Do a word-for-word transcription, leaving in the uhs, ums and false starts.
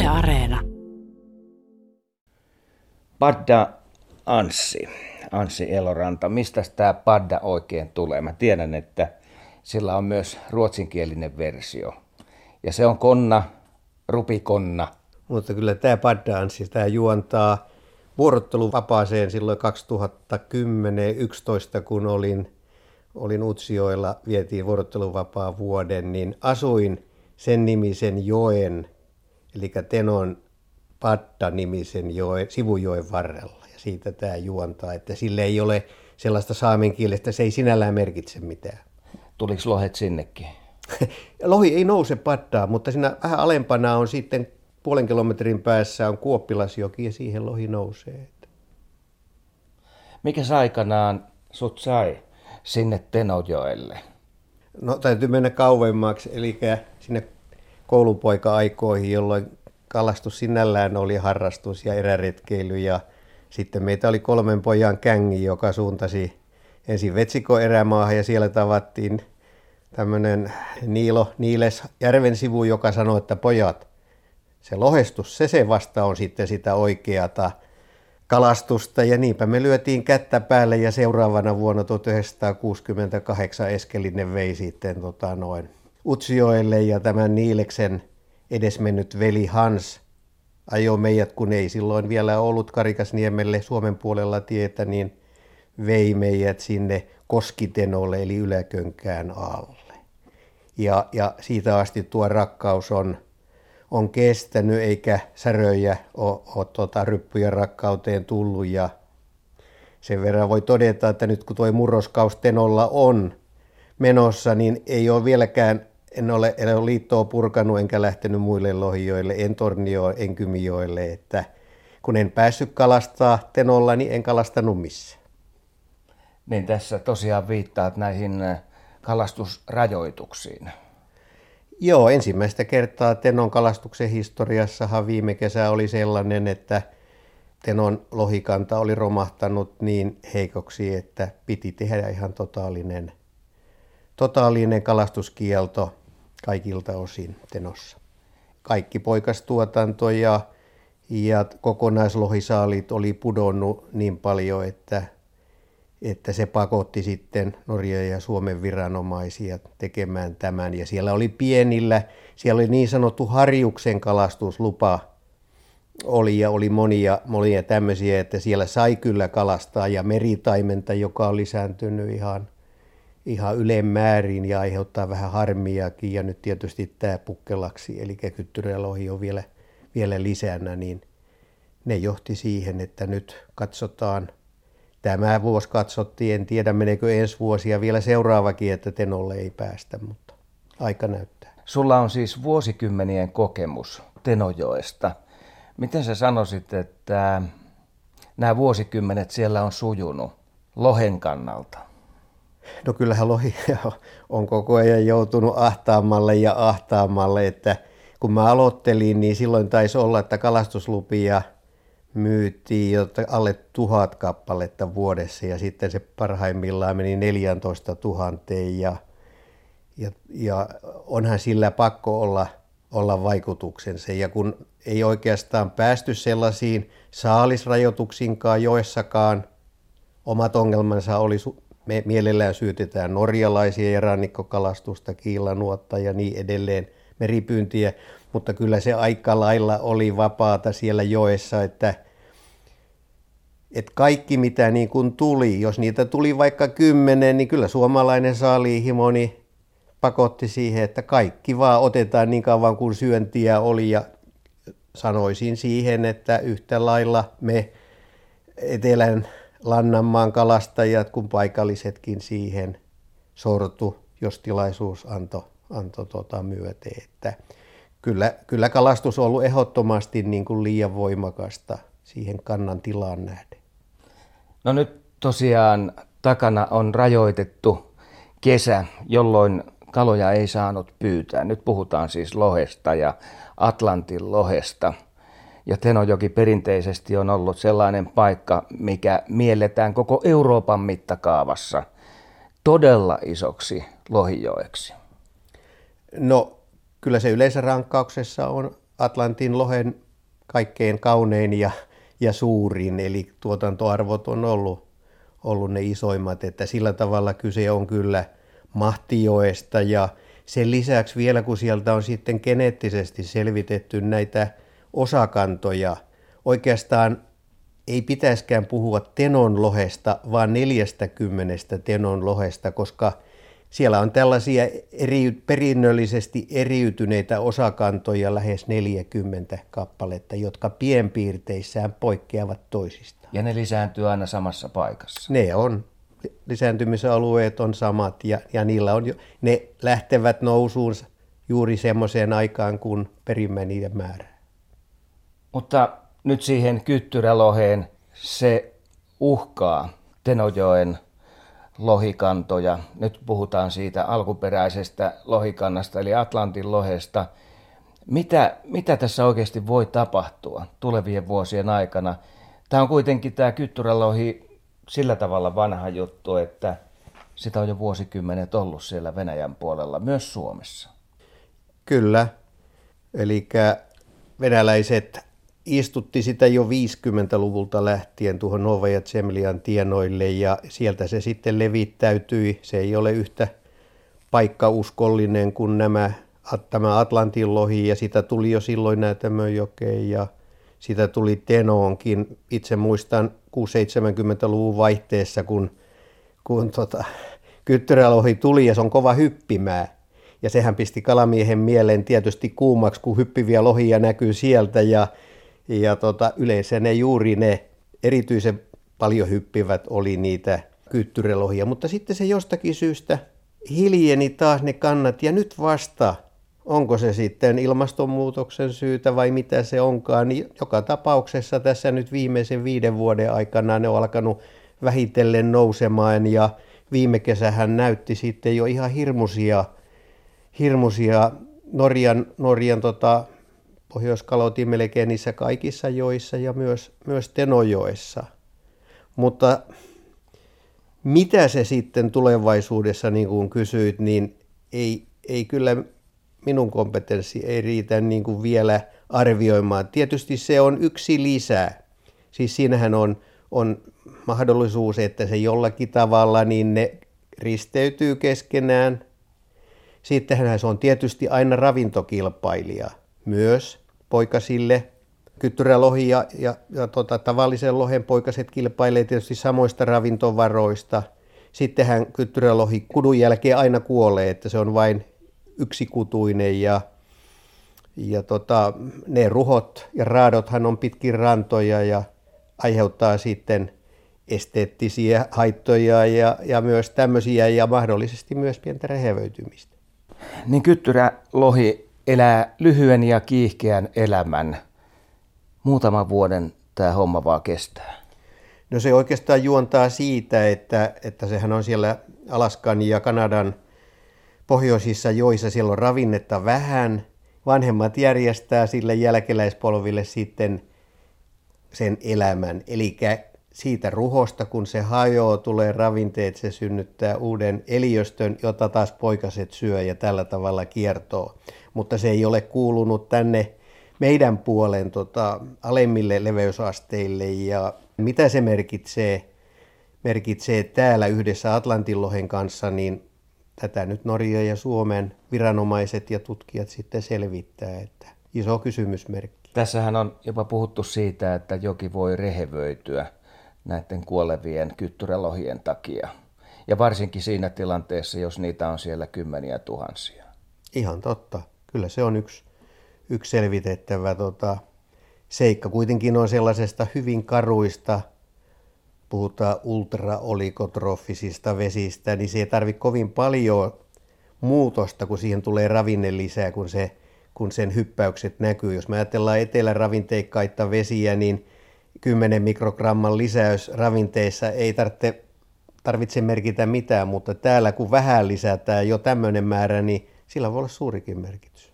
Yle Areena. Padda Anssi, Anssi Eloranta. Mistä tämä padda oikein tulee? Mä tiedän, että sillä on myös ruotsinkielinen versio. Ja se on konna, rupikonna. Mutta kyllä tämä padda Anssi, tämä juontaa vuorotteluvapaaseen silloin kaksituhattakymmenen yksitoista, kun olin, olin Utsjoella, vietiin vuorotteluvapaa vuoden, niin asuin sen nimisen joen, eli Tenon Padda-nimisen joen, sivujoen varrella. Ja siitä tämä juontaa, että sille ei ole sellaista saamenkielistä, se ei sinällään merkitse mitään. Tuliko lohet sinnekin? Lohi ei nouse paddaan, mutta siinä vähän alempana on sitten puolen kilometrin päässä on Kuoppilasjoki ja siihen lohi nousee. Mikäs aikanaan sut sai sinne Tenojoelle? No täytyy mennä kauemmaksi, eli sinne koulupoika-aikoihin, jolloin kalastus sinällään oli harrastus ja eräretkeily. Ja sitten meitä oli kolmen pojan kängi, joka suuntasi ensin Vetsikon erämaahan ja siellä tavattiin tämmöinen Niilo Niiles järven sivu, joka sanoi, että pojat, se lohestus, se se vasta on sitten sitä oikeata kalastusta. Ja niinpä me lyötiin kättä päälle ja seuraavana vuonna tuhatyhdeksänsataakuusikymmentäkahdeksan Eskelinen vei sitten tota noin Utsjoelle ja tämän Niileksen edesmennyt veli Hans ajoi meidät, kun ei silloin vielä ollut Karikasniemelle Suomen puolella tietä, niin vei meidät sinne Koskitenolle eli Yläkönkään alle. Ja, ja siitä asti tuo rakkaus on, on kestänyt, eikä säröjä ole, ole tuota, ryppyjä rakkauteen tullut. Ja sen verran voi todeta, että nyt kun tuo murroskaus Tenolla on menossa, niin ei ole vieläkään, en ole, en ole liittoa purkanut enkä lähtenyt muille lohijoille, en Tornioon, en Kymijoelle. Että kun en päässyt kalastaa Tenolla, niin en kalastanut missään. Niin tässä tosiaan viittaat näihin kalastusrajoituksiin. Joo, ensimmäistä kertaa Tenon kalastuksen historiassahan viime kesä oli sellainen, että Tenon lohikanta oli romahtanut niin heikoksi, että piti tehdä ihan totaalinen, totaalinen kalastuskielto kaikilta osin Tenossa. Kaikki poikastuotanto ja, ja kokonaislohisaalit oli pudonnut niin paljon, että että se pakotti sitten Norjan ja Suomen viranomaisia tekemään tämän. Ja siellä oli pienillä, siellä oli niin sanottu harjuksen kalastuslupa oli ja oli monia, monia tämmöisiä, että siellä sai kyllä kalastaa ja meritaimenta, joka on lisääntynyt ihan, ihan ylemmäärin ja aiheuttaa vähän harmiakin. Ja nyt tietysti tämä pukkelaksi, eli kyttyrälohi on vielä, vielä lisänä, niin ne johti siihen, että nyt katsotaan. Tämä vuosi katsottiin, en tiedä meneekö ensi vuosi ja vielä seuraavakin, että Tenolle ei päästä, mutta aika näyttää. Sulla on siis vuosikymmenien kokemus Tenojoesta. Miten sä sanoisit, että nämä vuosikymmenet siellä on sujunut lohen kannalta? No kyllähän lohi on koko ajan joutunut ahtaamalle ja ahtaamalle, että kun mä aloittelin, niin silloin taisi olla, että kalastuslupia myytiin jo alle tuhat kappaletta vuodessa ja sitten se parhaimmillaan meni neljätoista tuhatta ja, ja, ja onhan sillä pakko olla, olla vaikutuksensa. Ja kun ei oikeastaan päästy sellaisiin saalisrajoituksiinkaan joessakaan, omat ongelmansa oli, me mielellään syytetään norjalaisia ja rannikkokalastusta, kiilanuotta ja niin edelleen, meripyyntiä, mutta kyllä se aika lailla oli vapaata siellä joessa, että, että kaikki mitä niin kuin tuli, jos niitä tuli vaikka kymmenen, niin kyllä suomalainen saaliihimoni pakotti siihen, että kaikki vaan otetaan niin kauan kuin syöntiä oli ja sanoisin siihen, että yhtä lailla me etelän Lannanmaan kalastajat kuin paikallisetkin siihen sortu, jos tilaisuus antoi anto tota myöten, että Kyllä, kyllä kalastus on ollut ehdottomasti niin kuin liian voimakasta siihen kannan tilaan nähden. No nyt tosiaan takana on rajoitettu kesä, jolloin kaloja ei saanut pyytää. Nyt puhutaan siis lohesta ja Atlantin lohesta. Ja Tenojoki perinteisesti on ollut sellainen paikka, mikä mielletään koko Euroopan mittakaavassa todella isoksi lohijoeksi. No kyllä se yleensä rankkauksessa on Atlantin lohen kaikkein kaunein ja, ja suurin, eli tuotantoarvot on ollut, ollut ne isoimmat, että sillä tavalla kyse on kyllä mahtijoesta ja sen lisäksi vielä kun sieltä on sitten geneettisesti selvitetty näitä osakantoja, oikeastaan ei pitäisikään puhua tenon lohesta, vaan neljästäkymmenestä tenon lohesta, koska siellä on tällaisia eri, perinnöllisesti eriytyneitä osakantoja lähes neljäkymmentä kappaletta, jotka pienpiirteissään poikkeavat toisistaan. Ja ne lisääntyy aina samassa paikassa. Ne on. Lisääntymisalueet on samat ja, ja niillä on jo, ne lähtevät nousuun juuri semmoiseen aikaan, kun perimme niiden määrää. Mutta nyt siihen kyttyräloheen se uhkaa Tenojoen lohikantoja. Nyt puhutaan siitä alkuperäisestä lohikannasta eli Atlantin lohesta. Mitä, mitä tässä oikeasti voi tapahtua tulevien vuosien aikana? Tämä on kuitenkin tämä kyttyrälohi sillä tavalla vanha juttu, että sitä on jo vuosikymmenet ollut siellä Venäjän puolella, myös Suomessa. Kyllä. Eli venäläiset istutti sitä jo viisikymmentäluvulta lähtien tuohon Novaja Zemljan tienoille ja sieltä se sitten levittäytyi. Se ei ole yhtä paikkauskollinen kuin nämä, tämä Atlantin lohi ja sitä tuli jo silloin Näätämönjokeen ja sitä tuli Tenoonkin. Itse muistan kuusikymmentä-seitsemänkymmentäluvun vaihteessa, kun, kun tota, kyttyrälohi tuli ja se on kova hyppimää. Ja sehän pisti kalamiehen mieleen tietysti kuumaksi, kun hyppiviä lohia näkyy sieltä ja, ja tota, yleensä ne juuri ne erityisen paljon hyppivät oli niitä kyttyrälohia. Mutta sitten se jostakin syystä hiljeni taas ne kannat ja nyt vasta, onko se sitten ilmastonmuutoksen syytä vai mitä se onkaan, niin joka tapauksessa tässä nyt viimeisen viiden vuoden aikana ne on alkanut vähitellen nousemaan ja viime kesähän näytti sitten jo ihan hirmuisia hirmuisia Norjan, Norjan tota, Pohjoiskalotin melkein niissä kaikissa joissa ja myös, myös Tenojoessa. Mutta mitä se sitten tulevaisuudessa, niin kuin kysyit, niin ei, ei kyllä minun kompetenssi ei riitä niin kuin vielä arvioimaan. Tietysti se on yksi lisää. Siis siinähän on, on mahdollisuus, että se jollakin tavalla niin ne risteytyy keskenään. Sittenhän se on tietysti aina ravintokilpailija myös poikasille. Kyttyrälohi ja, ja, ja tota, tavallisen lohen poikaset kilpailee tietysti samoista ravintovaroista. Sittenhän kyttyrälohi kudun jälkeen aina kuolee, että se on vain yksikutuinen ja, ja tota, ne ruhot ja raadothan on pitkin rantoja ja aiheuttaa sitten esteettisiä haittoja ja, ja myös tämmöisiä ja mahdollisesti myös pientä rehevöitymistä. Niin kyttyrälohi elää lyhyen ja kiihkeän elämän. Muutaman vuoden tämä homma vaan kestää. No se oikeastaan juontaa siitä, että, että sehän on siellä Alaskan ja Kanadan pohjoisissa joissa, siellä on ravinnetta vähän. Vanhemmat järjestää sille jälkeläispolville sitten sen elämän. Eli siitä ruhosta, kun se hajoaa, tulee ravinteet, se synnyttää uuden eliöstön, jota taas poikaset syö ja tällä tavalla kiertoo. Mutta se ei ole kuulunut tänne meidän puolen tota, alemmille leveysasteille. Ja mitä se merkitsee, merkitsee täällä yhdessä Atlantinlohen kanssa, niin tätä nyt Norja ja Suomen viranomaiset ja tutkijat sitten selvittää, että iso kysymysmerkki. Tässähän on jopa puhuttu siitä, että joki voi rehevöityä näiden kuolevien kyttyrälohien takia. Ja varsinkin siinä tilanteessa, jos niitä on siellä kymmeniä tuhansia. Ihan totta. Kyllä se on yksi, yksi selvitettävä tota, seikka. Kuitenkin on sellaisesta hyvin karuista, puhutaan ultraolikotrofisista vesistä, niin se ei tarvitse kovin paljon muutosta, kun siihen tulee ravinne lisää, kun, se, kun sen hyppäykset näkyy. Jos me ajatellaan eteläravinteikkaita vesiä, niin kymmenen mikrogramman lisäys ravinteissa ei tarvitse, tarvitse merkitä mitään, mutta täällä kun vähän lisätään jo tämmöinen määrä, niin sillä voi olla suurikin merkitys.